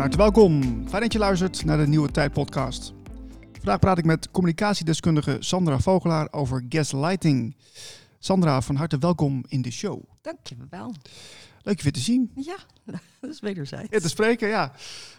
harte welkom. Fijn dat je luistert naar de Nieuwe Tijd podcast. Vandaag praat ik met communicatiedeskundige Sandra Vogelaar over gaslighting. Sandra, van harte welkom in de show. Dankjewel. Leuk je weer te zien. Ja, dat is wederzijds. Ja, te spreken, ja.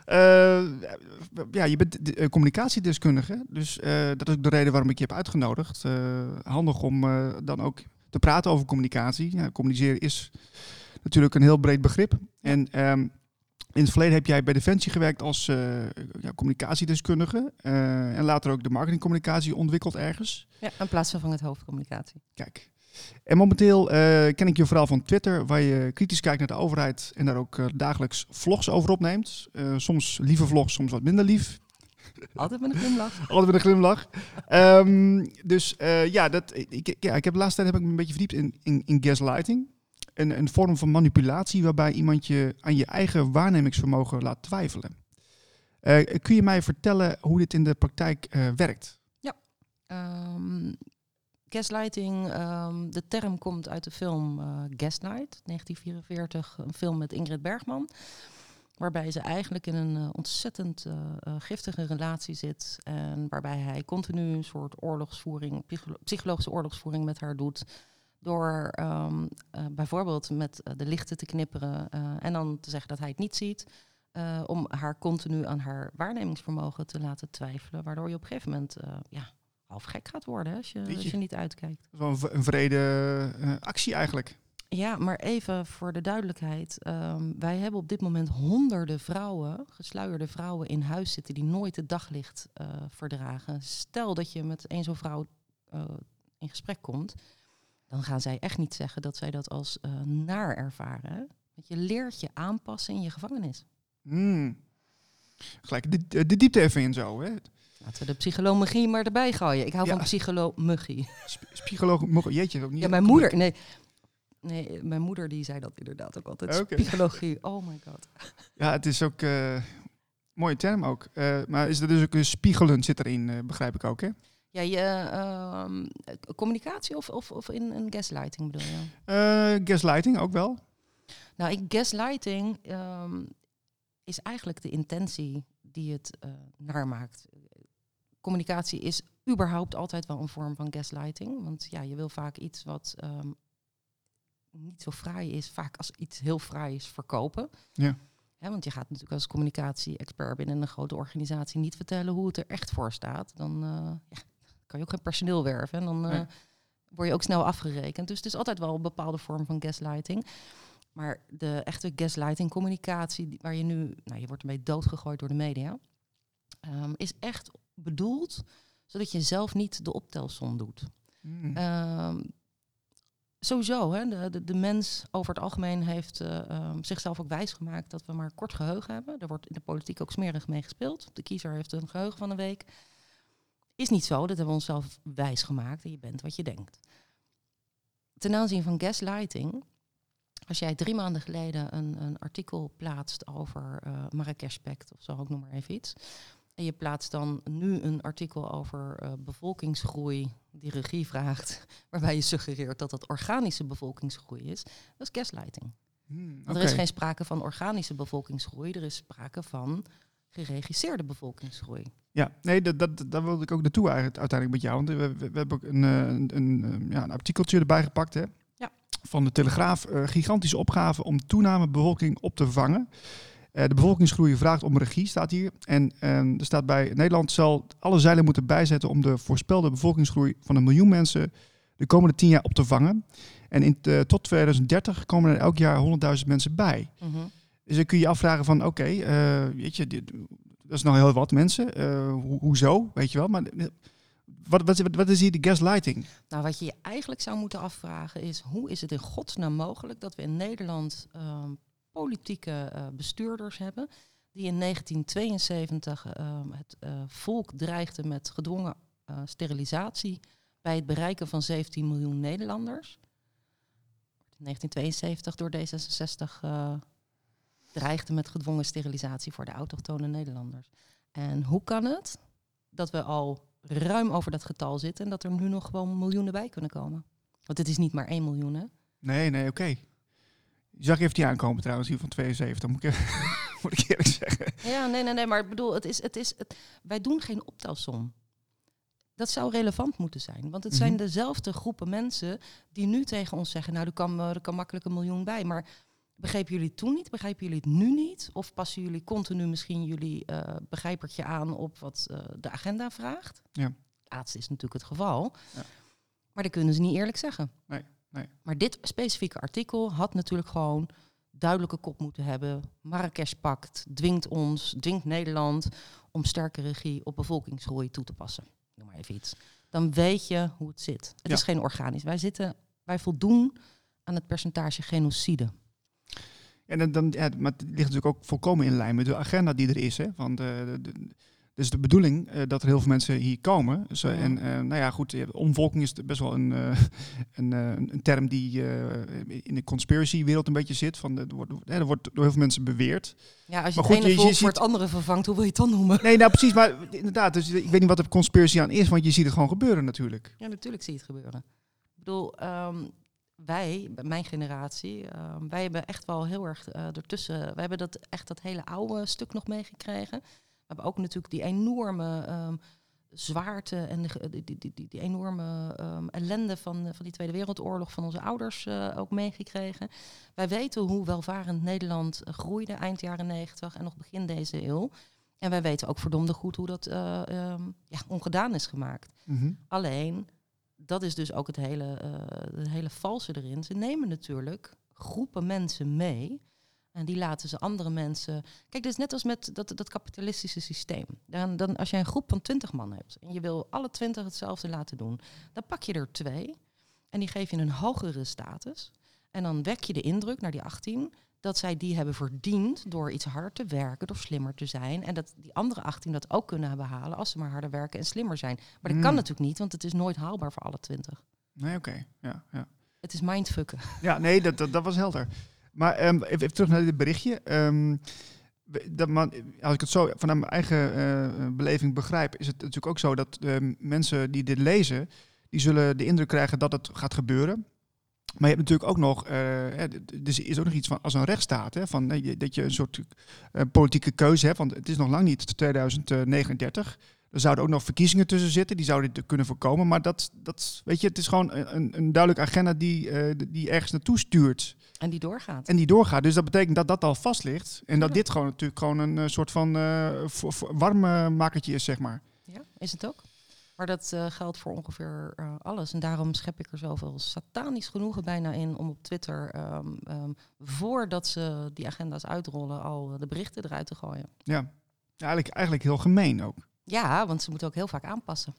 Je bent communicatiedeskundige, dus dat is ook de reden waarom ik je heb uitgenodigd. Handig om dan ook te praten over communicatie. Ja, communiceren is natuurlijk een heel breed begrip. En in het verleden heb jij bij Defensie gewerkt als communicatiedeskundige. En later ook de marketingcommunicatie ontwikkeld ergens. Ja, in plaats van het hoofdcommunicatie. Kijk. En momenteel ken ik je vooral van Twitter, waar je kritisch kijkt naar de overheid en daar ook dagelijks vlogs over opneemt. Soms lieve vlogs, soms wat minder lief. Altijd met een glimlach. Altijd met een glimlach. Ik heb de laatste tijd heb ik me een beetje verdiept in gaslighting. Een vorm van manipulatie waarbij iemand je aan je eigen waarnemingsvermogen laat twijfelen. Kun je mij vertellen hoe dit in de praktijk werkt? Ja. Gaslighting, de term komt uit de film Gaslight, 1944. Een film met Ingrid Bergman. Waarbij ze eigenlijk in een ontzettend giftige relatie zit. En waarbij hij continu een soort oorlogsvoering, psychologische oorlogsvoering met haar doet. Door bijvoorbeeld met de lichten te knipperen en dan te zeggen dat hij het niet ziet. Om haar continu aan haar waarnemingsvermogen te laten twijfelen. Waardoor je op een gegeven moment half gek gaat worden als je niet uitkijkt. Zo'n een wrede actie eigenlijk. Ja, maar even voor de duidelijkheid. Wij hebben op dit moment honderden vrouwen, gesluierde vrouwen in huis zitten die nooit het daglicht verdragen. Stel dat je met zo'n vrouw in gesprek komt, dan gaan zij echt niet zeggen dat zij dat als naar ervaren. Want je leert je aanpassen in je gevangenis. Gelijk de diepte even in zo, hè? Laten we de psychologie maar erbij gooien. Ik hou van psychologie. Psychologie, jeetje. Ook niet. Ja, mijn moeder, nee, mijn moeder die zei dat inderdaad ook altijd. Okay. Psychologie, oh my god. Ja, het is ook mooie term ook. Maar is er dus ook een spiegelend zit erin, begrijp ik ook, hè? Ja, je communicatie of in gaslighting bedoel je? Gaslighting ook wel. Nou, gaslighting is eigenlijk de intentie die het naar maakt. Communicatie is überhaupt altijd wel een vorm van gaslighting. Want ja, je wil vaak iets wat niet zo fraai is, vaak als iets heel fraai is, verkopen. Ja. Want je gaat natuurlijk als communicatie-expert binnen een grote organisatie niet vertellen hoe het er echt voor staat. Dan kan je ook geen personeel werven en dan word je ook snel afgerekend. Dus het is altijd wel een bepaalde vorm van gaslighting. Maar de echte gaslighting, communicatie, waar je nu, je wordt ermee doodgegooid door de media, is echt bedoeld zodat je zelf niet de optelsom doet. Sowieso, hè, de mens over het algemeen heeft zichzelf ook wijsgemaakt dat we maar kort geheugen hebben. Er wordt in de politiek ook smerig mee gespeeld. De kiezer heeft een geheugen van een week. Is niet zo, dat hebben we onszelf wijsgemaakt en je bent wat je denkt. Ten aanzien van gaslighting, als jij 3 maanden geleden een artikel plaatst over Marrakesh-pact of zo, ik noem maar even iets. En je plaatst dan nu een artikel over bevolkingsgroei die regie vraagt, waarbij je suggereert dat dat organische bevolkingsgroei is. Dat is gaslighting. Want er is geen sprake van organische bevolkingsgroei, er is sprake van geregisseerde bevolkingsgroei. Ja, nee, daar wilde ik ook naartoe eigenlijk uiteindelijk met jou. Want we hebben ook een artikeltje erbij gepakt, hè? Ja. Van de Telegraaf. Gigantische opgave om toename bevolking op te vangen. De bevolkingsgroei vraagt om regie, staat hier. En er staat bij: Nederland zal alle zeilen moeten bijzetten om de voorspelde bevolkingsgroei van 1 miljoen mensen de komende 10 jaar op te vangen. En tot 2030 komen er elk jaar 100.000 mensen bij. Mm-hmm. Dus dan kun je je afvragen van weet je, dat is nog heel wat mensen. Hoezo, weet je wel. Maar wat is hier de gaslighting? Nou, wat je je eigenlijk zou moeten afvragen is: hoe is het in godsnaam mogelijk dat we in Nederland politieke bestuurders hebben die in 1972 het volk dreigden met gedwongen sterilisatie bij het bereiken van 17 miljoen Nederlanders. In 1972 door D66 dreigde met gedwongen sterilisatie voor de autochtone Nederlanders. En hoe kan het dat we al ruim over dat getal zitten en dat er nu nog gewoon miljoenen bij kunnen komen? Want het is niet maar 1 miljoen, hè? Nee, oké. Zag je even die aankomen trouwens, hier van 72, moet ik eerlijk zeggen. Ja, nee, maar ik bedoel, wij doen geen optelsom. Dat zou relevant moeten zijn. Want het zijn dezelfde groepen mensen die nu tegen ons zeggen, nou, er kan makkelijk 1 miljoen bij. Maar begrepen jullie het toen niet? Begrepen jullie het nu niet? Of passen jullie continu misschien jullie begrijpertje aan op wat de agenda vraagt? Ja. Laatste is natuurlijk het geval. Ja. Maar dat kunnen ze niet eerlijk zeggen. Nee. Maar dit specifieke artikel had natuurlijk gewoon duidelijke kop moeten hebben. Marrakesh-pact dwingt Nederland om sterke regie op bevolkingsgroei toe te passen. Noem maar even iets. Dan weet je hoe het zit. Het is geen organisch. Wij voldoen aan het percentage genocide. En maar het ligt natuurlijk ook volkomen in lijn met de agenda die er is. Hè? Dus de bedoeling dat er heel veel mensen hier komen. Dus, omvolking is best wel een term die in de conspiracy-wereld een beetje zit. Er wordt door heel veel mensen beweerd. Ja, als je het ene volk voor het andere vervangt, hoe wil je het dan noemen? Nee, nou precies, maar inderdaad. Dus ik weet niet wat de conspiracy aan is, want je ziet het gewoon gebeuren natuurlijk. Ja, natuurlijk zie je het gebeuren. Ik bedoel, wij, mijn generatie, wij hebben echt wel heel erg ertussen. Wij hebben dat hele oude stuk nog meegekregen. We hebben ook natuurlijk die enorme zwaarte en die enorme ellende van die Tweede Wereldoorlog van onze ouders ook meegekregen. Wij weten hoe welvarend Nederland groeide eind jaren 90 en nog begin deze eeuw. En wij weten ook verdomde goed hoe dat ongedaan is gemaakt. Mm-hmm. Alleen, dat is dus ook het hele valse erin. Ze nemen natuurlijk groepen mensen mee. En die laten ze andere mensen... Kijk, dus net als met dat kapitalistische systeem. Dan als jij een groep van 20 man hebt en je wil alle 20 hetzelfde laten doen, dan pak je er 2 en die geef je een hogere status. En dan wek je de indruk naar die 18 dat zij die hebben verdiend door iets harder te werken, door slimmer te zijn. En dat die andere 18 dat ook kunnen behalen als ze maar harder werken en slimmer zijn. Maar dat kan natuurlijk niet, want het is nooit haalbaar voor alle 20. Nee, oké. Ja. Het is mindfucken. Ja, nee, dat was helder. Maar even terug naar dit berichtje. Als ik het zo vanuit mijn eigen beleving begrijp, is het natuurlijk ook zo dat mensen die dit lezen, die zullen de indruk krijgen dat het gaat gebeuren. Maar je hebt natuurlijk ook nog, er is ook nog iets van als een rechtsstaat, hè, dat je een soort politieke keuze hebt, want het is nog lang niet 2039. Er zouden ook nog verkiezingen tussen zitten, die zouden dit kunnen voorkomen. Maar dat weet je, het is gewoon een duidelijke agenda die ergens naartoe stuurt. En die doorgaat. Dus dat betekent dat dat al vast ligt. En dat dit gewoon natuurlijk gewoon een soort van warme makertje is, zeg maar. Ja, is het ook. Maar dat geldt voor ongeveer alles. En daarom schep ik er zoveel satanisch genoegen bijna in om op Twitter, voordat ze die agenda's uitrollen, al de berichten eruit te gooien. Ja, eigenlijk heel gemeen ook. Ja, want ze moeten ook heel vaak aanpassen.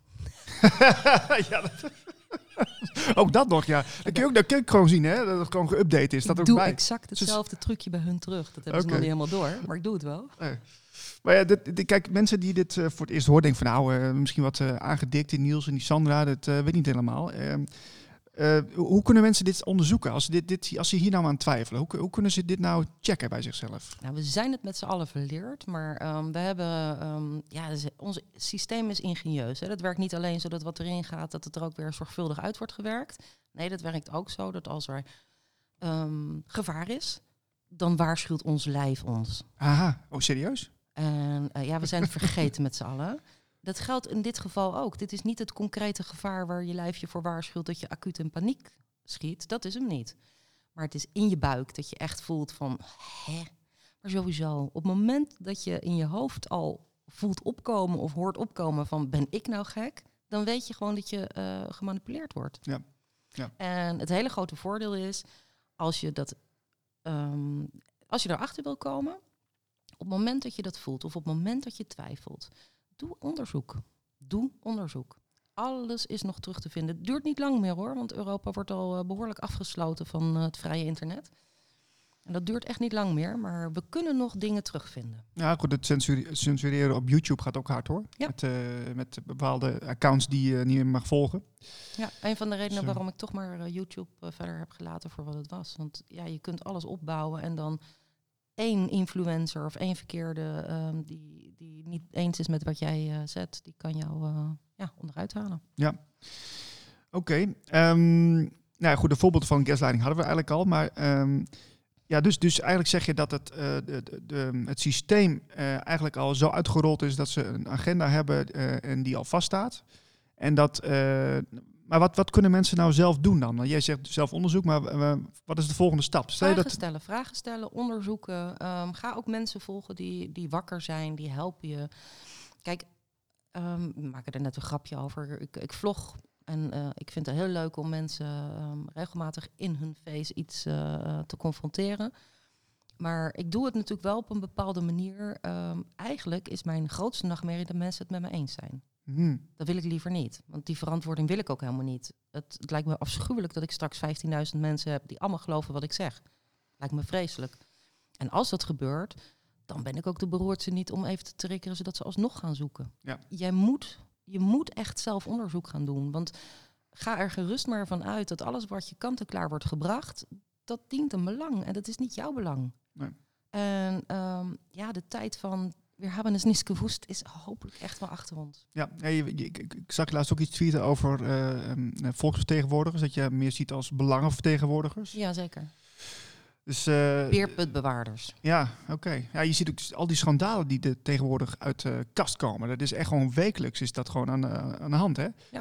Ook dat nog, ja. Dat kun je gewoon zien, hè? Dat het gewoon geüpdate is. Dat Ik ook doe bij. exact hetzelfde trucje bij hun terug. Dat hebben ze nog niet helemaal door, maar ik doe het wel. Maar ja, kijk, mensen die dit voor het eerst horen, denken van nou, misschien wat aangedikt in Niels en die Sandra, dat weet niet helemaal. Hoe kunnen mensen dit onderzoeken? Als ze hier nou aan twijfelen, hoe kunnen ze dit nou checken bij zichzelf? Nou, we zijn het met z'n allen verleerd, maar we hebben... ons systeem is ingenieus. Hè. Dat werkt niet alleen zo dat wat erin gaat, dat het er ook weer zorgvuldig uit wordt gewerkt. Nee, dat werkt ook zo dat als er gevaar is, dan waarschuwt ons lijf ons. Aha, serieus? En we zijn het vergeten met z'n allen. Dat geldt in dit geval ook. Dit is niet het concrete gevaar waar je lijf je voor waarschuwt dat je acuut in paniek schiet. Dat is hem niet. Maar het is in je buik dat je echt voelt van, Maar sowieso, op het moment dat je in je hoofd al voelt opkomen of hoort opkomen van, ben ik nou gek? Dan weet je gewoon dat je gemanipuleerd wordt. Ja. En het hele grote voordeel is, als je erachter wil komen, op het moment dat je dat voelt of op het moment dat je twijfelt, doe onderzoek. Alles is nog terug te vinden. Het duurt niet lang meer hoor, want Europa wordt al behoorlijk afgesloten van het vrije internet. En dat duurt echt niet lang meer, maar we kunnen nog dingen terugvinden. Ja, goed, het censureren op YouTube gaat ook hard hoor. Ja. Met bepaalde accounts die je niet meer mag volgen. Ja, een van de redenen waarom ik toch maar YouTube verder heb gelaten voor wat het was. Want ja, je kunt alles opbouwen en dan 1 influencer of 1 verkeerde die niet eens is met wat jij zet, die kan jou onderuit halen. Ja, oké. Nou goed, de voorbeeld van gaslighting hadden we eigenlijk al, maar Ja, dus eigenlijk zeg je dat het systeem eigenlijk al zo uitgerold is dat ze een agenda hebben en die al vaststaat. En maar wat kunnen mensen nou zelf doen dan? Want jij zegt zelf onderzoek, maar wat is de volgende stap? Vragen stellen, onderzoeken. Ga ook mensen volgen die wakker zijn, die helpen je. Kijk, we maken er net een grapje over. Ik vlog en ik vind het heel leuk om mensen regelmatig in hun face iets te confronteren. Maar ik doe het natuurlijk wel op een bepaalde manier. Eigenlijk is mijn grootste nachtmerrie dat mensen het met me eens zijn. Dat wil ik liever niet. Want die verantwoording wil ik ook helemaal niet. Het lijkt me afschuwelijk dat ik straks 15.000 mensen heb die allemaal geloven wat ik zeg. Lijkt me vreselijk. En als dat gebeurt, dan ben ik ook de beroerdste niet om even te triggeren zodat ze alsnog gaan zoeken. Ja. Je moet echt zelf onderzoek gaan doen. Want ga er gerust maar van uit dat alles wat je kant-en-klaar wordt gebracht, dat dient een belang. En dat is niet jouw belang. Nee. En de tijd van we hebben het niet gewoest is hopelijk echt wel achter ons. Ja, ik zag laatst ook iets tweeten over volksvertegenwoordigers, dat je meer ziet als belangenvertegenwoordigers. Ja, zeker. Dus, beerputbewaarders. Ja, oké. Ja, je ziet ook al die schandalen die er tegenwoordig uit de kast komen. Dat is echt gewoon wekelijks is dat gewoon aan de hand, hè? Ja.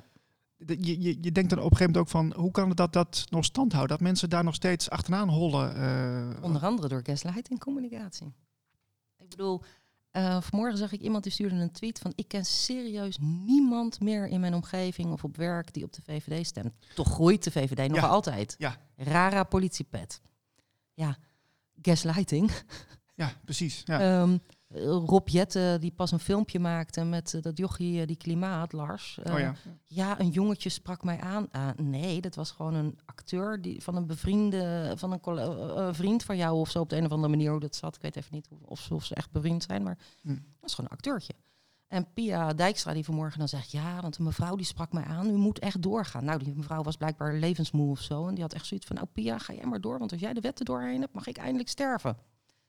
Je denkt dan op een gegeven moment ook van, hoe kan het dat nog stand houden? Dat mensen daar nog steeds achteraan hollen? Onder andere door gaslighting communicatie. Ik bedoel, vanmorgen zag ik iemand die stuurde een tweet van, ik ken serieus niemand meer in mijn omgeving of op werk die op de VVD stemt. Toch groeit de VVD nog altijd. Ja. Rara politiepet. Ja, gaslighting. Ja, precies. Ja. Rob Jetten, die pas een filmpje maakte met dat jochie, die klimaat, Lars. Ja, een jongetje sprak mij aan. Nee, dat was gewoon een acteur van een bevriende, van een vriend van jou of zo op de een of andere manier hoe dat zat. Ik weet even niet of ze echt bevriend zijn, maar dat is gewoon een acteurtje. En Pia Dijkstra die vanmorgen dan zegt, ja, want een mevrouw die sprak mij aan, u moet echt doorgaan. Nou, die mevrouw was blijkbaar levensmoe of zo. En die had echt zoiets van, nou Pia, ga jij maar door, want als jij de wetten doorheen hebt, mag ik eindelijk sterven.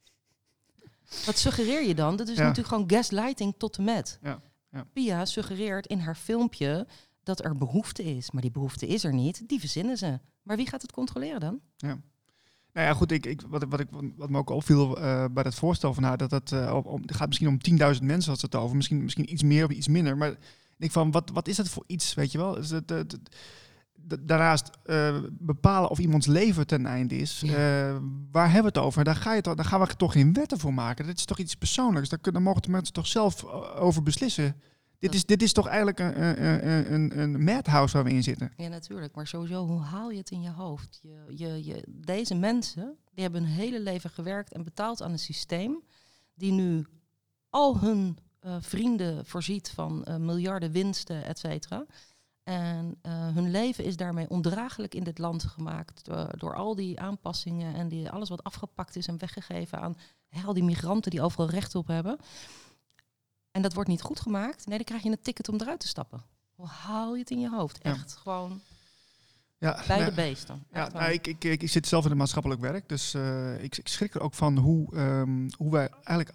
Wat suggereer je dan? Dat is natuurlijk gewoon gaslighting tot en met. Ja. Pia suggereert in haar filmpje dat er behoefte is. Maar die behoefte is er niet. Die verzinnen ze. Maar wie gaat het controleren dan? Ja. Nou ja, goed. Wat me ook opviel bij dat voorstel van haar, dat het gaat misschien om 10.000 mensen als het over. Misschien iets meer of iets minder. Maar ik denk van, wat is dat voor iets, weet je wel? Is het, daarnaast bepalen of iemands leven ten einde is. Waar hebben we het over? Daar gaan we toch geen wetten voor maken. Dit is toch iets persoonlijks. Daar mogen de mensen toch zelf over beslissen. Dit is toch eigenlijk een madhouse waar we in zitten. Ja, natuurlijk. Maar sowieso, hoe haal je het in je hoofd? Deze mensen, die hebben hun hele leven gewerkt en betaald aan een systeem die nu al hun vrienden voorziet van miljarden winsten, et cetera. En hun leven is daarmee ondraaglijk in dit land gemaakt door al die aanpassingen en alles wat afgepakt is en weggegeven aan al die migranten die overal recht op hebben. En dat wordt niet goed gemaakt. Nee, dan krijg je een ticket om eruit te stappen. Hoe haal je het in je hoofd? Echt gewoon bij de beesten. Ik zit zelf in het maatschappelijk werk, dus ik schrik er ook van hoe wij eigenlijk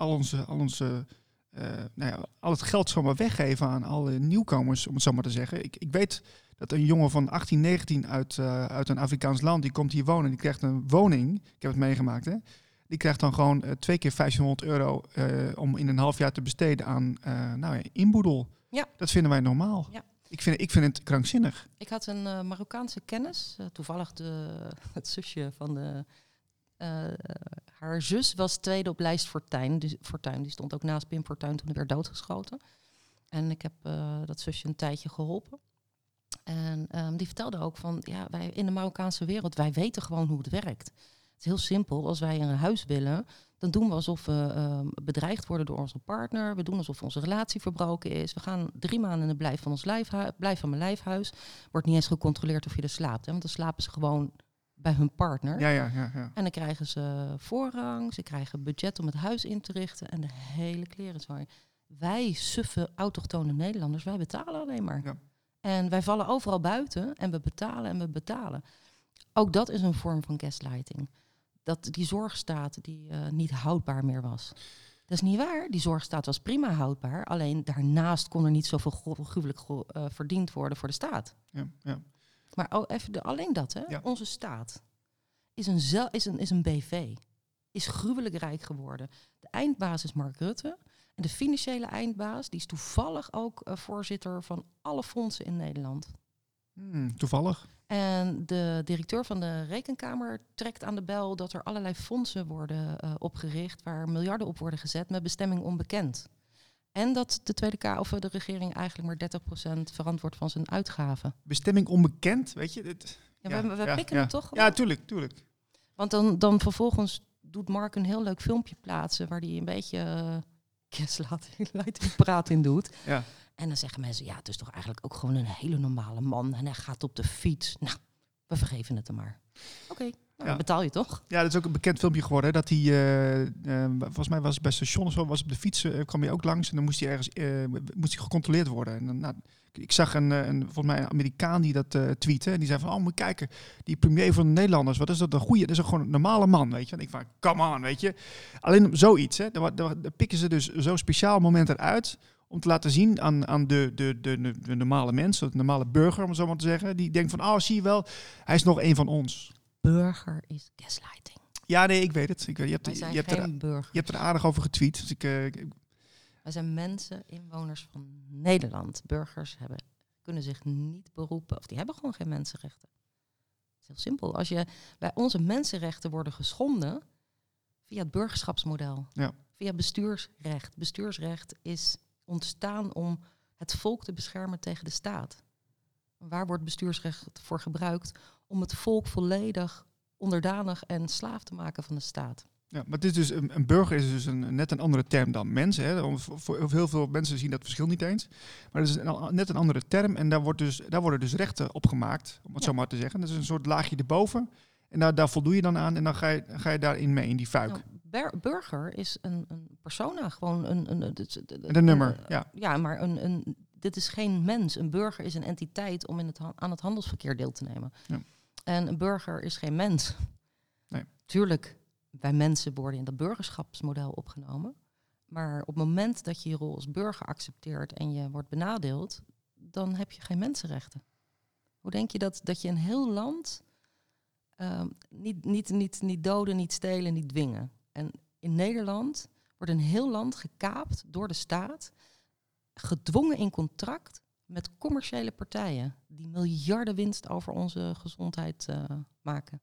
al het geld zomaar weggeven aan alle nieuwkomers, om het zo maar te zeggen. Ik weet dat een jongen van 18, 19 uit een Afrikaans land, die komt hier wonen, die krijgt een woning. Ik heb het meegemaakt, hè. Die krijgt dan gewoon 2 keer €1.500 om in een half jaar te besteden aan inboedel. Ja. Dat vinden wij normaal. Ja. Ik vind het krankzinnig. Ik had een Marokkaanse kennis, toevallig het zusje van haar zus was tweede op lijst Fortuyn. Die stond ook naast Pim Fortuyn toen hij werd doodgeschoten. En ik heb dat zusje een tijdje geholpen. En die vertelde ook van, wij in de Marokkaanse wereld, wij weten gewoon hoe het werkt. Het is heel simpel. Als wij een huis willen, dan doen we alsof we bedreigd worden door onze partner. We doen alsof onze relatie verbroken is. We gaan 3 maanden in het blijf van mijn lijfhuis. Wordt niet eens gecontroleerd of je er slaapt. Hè? Want dan slapen ze gewoon bij hun partner. Ja. En dan krijgen ze voorrang. Ze krijgen budget om het huis in te richten. En de hele klerenzooi. Wij suffe autochtone Nederlanders, wij betalen alleen maar. Ja. En wij vallen overal buiten en we betalen. Ook dat is een vorm van gaslighting. Dat die zorgstaat die niet houdbaar meer was. Dat is niet waar. Die zorgstaat was prima houdbaar. Alleen daarnaast kon er niet zoveel gruwelijk verdiend worden voor de staat. Ja. Maar alleen dat, hè? Ja. Onze staat is een BV. is gruwelijk rijk geworden. De eindbaas is Mark Rutte. En de financiële eindbaas, die is toevallig ook voorzitter van alle fondsen in Nederland. Toevallig. En de directeur van de Rekenkamer trekt aan de bel dat er allerlei fondsen worden opgericht waar miljarden op worden gezet met bestemming onbekend. En dat de Tweede Kamer of de regering eigenlijk maar 30% verantwoord van zijn uitgaven. Bestemming onbekend, weet je? We pikken het toch gewoon? Ja, tuurlijk. Want dan vervolgens doet Mark een heel leuk filmpje plaatsen waar hij een beetje gaslighting praat in doet. Ja. En dan zeggen mensen, ja, het is toch eigenlijk ook gewoon een hele normale man. En hij gaat op de fiets. Nou, we vergeven het hem maar. Oké, dan betaal je toch? Ja, dat is ook een bekend filmpje geworden. Hè, dat hij, volgens mij was het bij station of zo, was op de fiets, kwam hij ook langs. En dan moest hij ergens gecontroleerd worden. En dan, ik zag volgens mij een Amerikaan die dat tweette. En die zei van, moet je kijken, die premier van de Nederlanders, wat is dat een goeie? Dat is gewoon een normale man, weet je. En ik van, come on, weet je. Alleen zoiets, hè. Daar pikken ze dus zo'n speciaal moment eruit om te laten zien aan de normale mensen, de normale burger, om het zo maar te zeggen. Die denkt van, zie je wel, hij is nog een van ons. Burger is gaslighting. Ja, nee, ik weet het. Je hebt er aardig over getweet. Dus wij zijn mensen, inwoners van Nederland. Burgers kunnen zich niet beroepen, of die hebben gewoon geen mensenrechten. Het is heel simpel. Bij onze mensenrechten worden geschonden via het burgerschapsmodel. Ja. Via bestuursrecht. Bestuursrecht is ontstaan om het volk te beschermen tegen de staat. Waar wordt bestuursrecht voor gebruikt? Om het volk volledig onderdanig en slaaf te maken van de staat. Ja, maar het is dus een burger is dus net een andere term dan mensen. Hè. Voor heel veel mensen zien dat verschil niet eens. Maar het is net een andere term en daar worden dus rechten op gemaakt, om het zo maar te zeggen. Dat is een soort laagje erboven. En daar voldoe je dan aan en dan ga je daarin mee, in die fuik. Nou, burger is een persona, gewoon een nummer, ja. Ja, maar dit is geen mens. Een burger is een entiteit om aan het handelsverkeer deel te nemen. Ja. En een burger is geen mens. Nee. Tuurlijk, wij mensen worden in dat burgerschapsmodel opgenomen. Maar op het moment dat je je rol als burger accepteert en je wordt benadeeld, dan heb je geen mensenrechten. Hoe denk je dat je een heel land niet doden, niet stelen, niet dwingen? En in Nederland wordt een heel land gekaapt door de staat, gedwongen in contract met commerciële partijen die miljarden winst over onze gezondheid maken.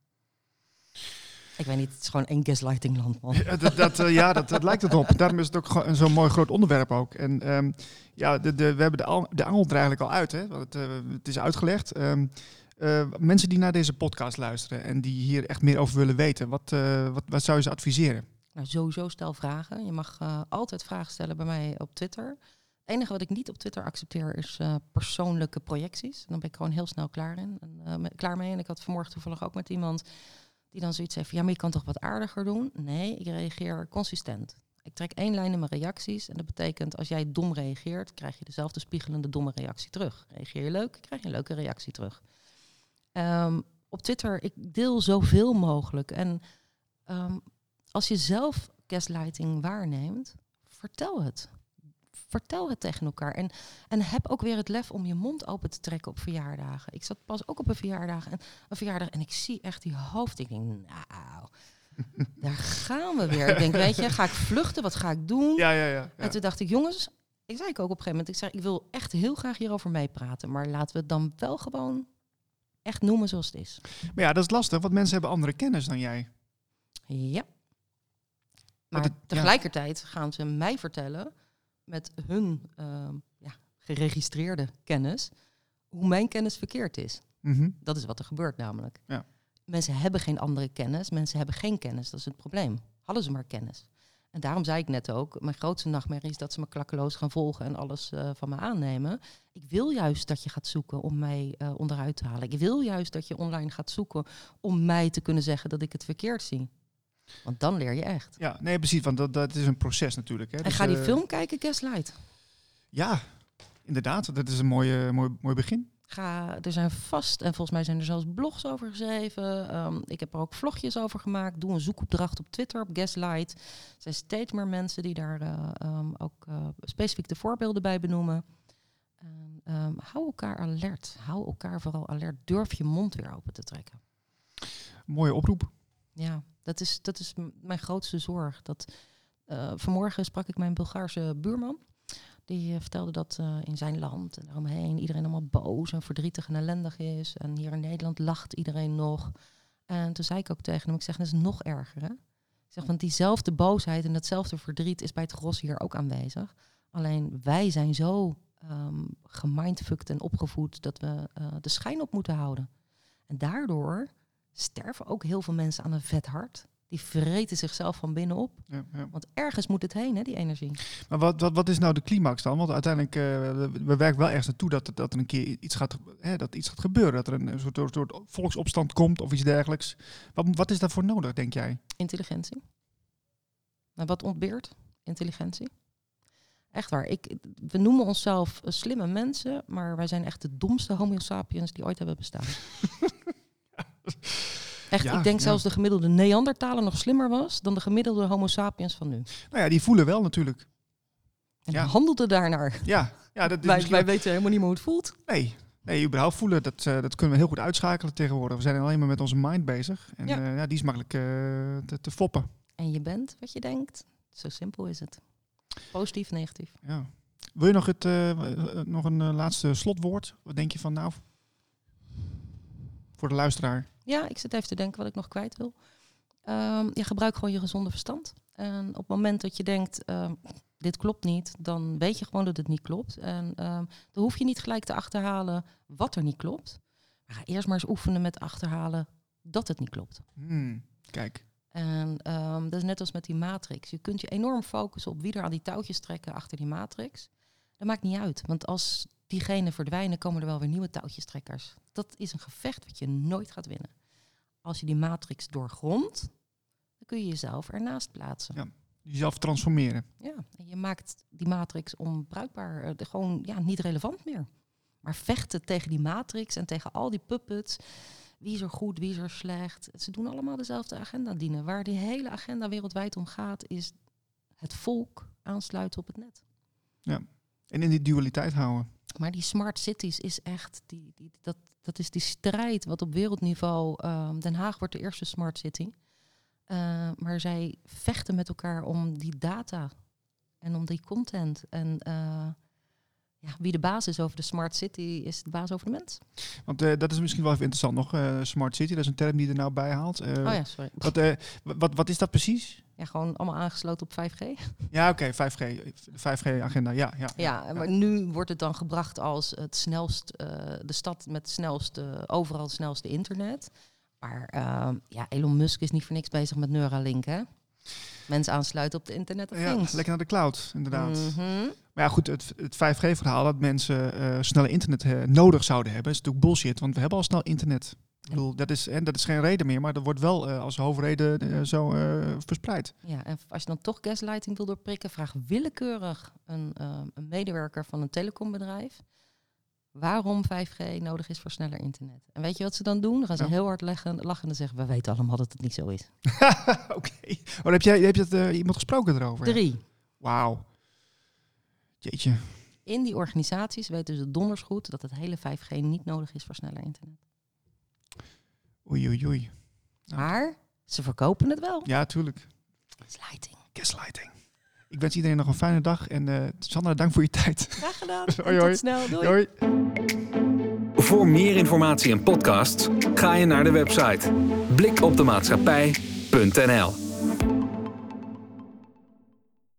Ik weet niet, het is gewoon één gaslightingland, man. Dat lijkt het op. Daarom is het ook zo'n mooi groot onderwerp ook. En we hebben de angel er eigenlijk al uit, hè? Want het is uitgelegd. Mensen die naar deze podcast luisteren en die hier echt meer over willen weten, wat zou je ze adviseren? Nou, sowieso stel vragen. Je mag altijd vragen stellen bij mij op Twitter. Het enige wat ik niet op Twitter accepteer is persoonlijke projecties. Dan ben ik gewoon heel snel klaar mee. En ik had vanmorgen toevallig ook met iemand die dan zoiets heeft van, ja, maar je kan toch wat aardiger doen? Nee, ik reageer consistent. Ik trek 1 lijn in mijn reacties. En dat betekent, als jij dom reageert, krijg je dezelfde spiegelende domme reactie terug. Reageer je leuk, krijg je een leuke reactie terug. Op Twitter, ik deel zoveel mogelijk. En als je zelf gaslighting waarneemt, vertel het. Vertel het tegen elkaar. En heb ook weer het lef om je mond open te trekken op verjaardagen. Ik zat pas ook op een verjaardag en ik zie echt die hoofd. Ik denk, nou, daar gaan we weer. Ik denk, weet je, ga ik vluchten? Wat ga ik doen? Ja. En toen dacht ik, jongens, ik zei ook op een gegeven moment, ik zei, ik wil echt heel graag hierover meepraten. Maar laten we het dan wel gewoon echt noemen zoals het is. Maar ja, dat is lastig, want mensen hebben andere kennis dan jij. Ja. Maar tegelijkertijd gaan ze mij vertellen met hun geregistreerde kennis hoe mijn kennis verkeerd is. Mm-hmm. Dat is wat er gebeurt namelijk. Ja. Mensen hebben geen andere kennis. Mensen hebben geen kennis. Dat is het probleem. Hadden ze maar kennis. En daarom zei ik net ook, mijn grootste nachtmerrie is dat ze me klakkeloos gaan volgen en alles van me aannemen. Ik wil juist dat je gaat zoeken om mij onderuit te halen. Ik wil juist dat je online gaat zoeken om mij te kunnen zeggen dat ik het verkeerd zie. Want dan leer je echt. Ja, nee, precies, want dat is een proces natuurlijk. Hè. En dus, ga die film kijken, Gaslight. Ja, inderdaad. Dat is een mooi begin. Er zijn vast, en volgens mij zijn er zelfs blogs over geschreven. Ik heb er ook vlogjes over gemaakt. Doe een zoekopdracht op Twitter, op Gaslight. Er zijn steeds meer mensen die daar ook specifiek de voorbeelden bij benoemen. Hou elkaar alert. Hou elkaar vooral alert. Durf je mond weer open te trekken. Mooie oproep. Ja. Dat is mijn grootste zorg. Vanmorgen sprak ik mijn Bulgaarse buurman. Die vertelde dat in zijn land en daaromheen iedereen allemaal boos en verdrietig en ellendig is. En hier in Nederland lacht iedereen nog. En toen zei ik ook tegen hem, ik zeg, dat is nog erger, hè? Ik zeg, want diezelfde boosheid en datzelfde verdriet is bij het gros hier ook aanwezig. Alleen wij zijn zo gemindfucked en opgevoed dat we de schijn op moeten houden. En daardoor sterven ook heel veel mensen aan een vet hart. Die vreten zichzelf van binnen op. Ja. Want ergens moet het heen, hè, die energie. Maar wat is nou de climax dan? Want uiteindelijk, we werken wel ergens naartoe dat er een keer iets gaat gebeuren. Dat er een soort volksopstand komt of iets dergelijks. Wat is daarvoor nodig, denk jij? Intelligentie. Nou, wat ontbeert? Intelligentie. Echt waar. We noemen onszelf slimme mensen, maar wij zijn echt de domste homo sapiens die ooit hebben bestaan. Echt, ik denk zelfs de gemiddelde Neandertaler nog slimmer was dan de gemiddelde homo sapiens van nu. Nou ja, die voelen wel natuurlijk. En handelden daarnaar. Ja, dat is wij weten helemaal niet meer hoe het voelt. Nee, überhaupt voelen, dat kunnen we heel goed uitschakelen tegenwoordig. We zijn alleen maar met onze mind bezig. En die is makkelijk te foppen. En je bent wat je denkt. Zo simpel is het. Positief, negatief. Ja. Wil je nog een laatste slotwoord? Wat denk je van nou? Voor de luisteraar. Ja, ik zit even te denken wat ik nog kwijt wil. Gebruik gewoon je gezonde verstand. En op het moment dat je denkt, dit klopt niet, dan weet je gewoon dat het niet klopt. En dan hoef je niet gelijk te achterhalen wat er niet klopt. Maar ga eerst maar eens oefenen met achterhalen dat het niet klopt. Kijk. En dat is net als met die matrix. Je kunt je enorm focussen op wie er aan die touwtjes trekken achter die matrix. Dat maakt niet uit, want als diegenen verdwijnen, komen er wel weer nieuwe touwtjestrekkers. Dat is een gevecht wat je nooit gaat winnen. Als je die matrix doorgrondt, dan kun je jezelf ernaast plaatsen. Ja, jezelf transformeren. Ja, en je maakt die matrix onbruikbaar, niet relevant meer. Maar vechten tegen die matrix en tegen al die puppets. Wie is er goed, wie is er slecht? Ze doen allemaal dezelfde agenda dienen. Waar die hele agenda wereldwijd om gaat, is het volk aansluiten op het net. Ja, en in die dualiteit houden. Maar die smart cities is echt, dat is die strijd wat op wereldniveau, Den Haag wordt de eerste smart city. Maar zij vechten met elkaar om die data en om die content. En wie de baas is over de smart city, is de baas over de mens. Want dat is misschien wel even interessant nog. Smart city, dat is een term die er nou bij haalt. Sorry. Wat is dat precies? Ja, gewoon allemaal aangesloten op 5G. Ja, oké, 5G. De 5G-agenda, ja. Maar nu wordt het dan gebracht als het snelst, de stad met overal het snelste internet. Maar Elon Musk is niet voor niks bezig met Neuralink, hè? Mensen aansluiten op de internet of things. Lekker naar de cloud, inderdaad. Mm-hmm. Maar ja, goed, het 5G-verhaal dat mensen sneller internet nodig zouden hebben, is natuurlijk bullshit, want we hebben al snel internet. Ik bedoel, dat is geen reden meer, maar dat wordt wel als hoofdreden zo verspreid. Ja, en als je dan toch gaslighting wil doorprikken, vraag willekeurig een medewerker van een telecombedrijf waarom 5G nodig is voor sneller internet. En weet je wat ze dan doen? Dan gaan ze heel hard lachen en zeggen, we weten allemaal dat het niet zo is. Oké. Oh, heb je iemand gesproken erover? 3. Wauw. Jeetje. In die organisaties weten ze donders goed dat het hele 5G niet nodig is voor sneller internet. Oei. Nou. Maar ze verkopen het wel. Ja, tuurlijk. Gaslighting. Ik wens iedereen nog een fijne dag. En Sandra, dank voor je tijd. Graag gedaan. Hoi. Tot snel. Doei. Voor meer informatie en podcasts ga je naar de website blikopdemaatschappij.nl.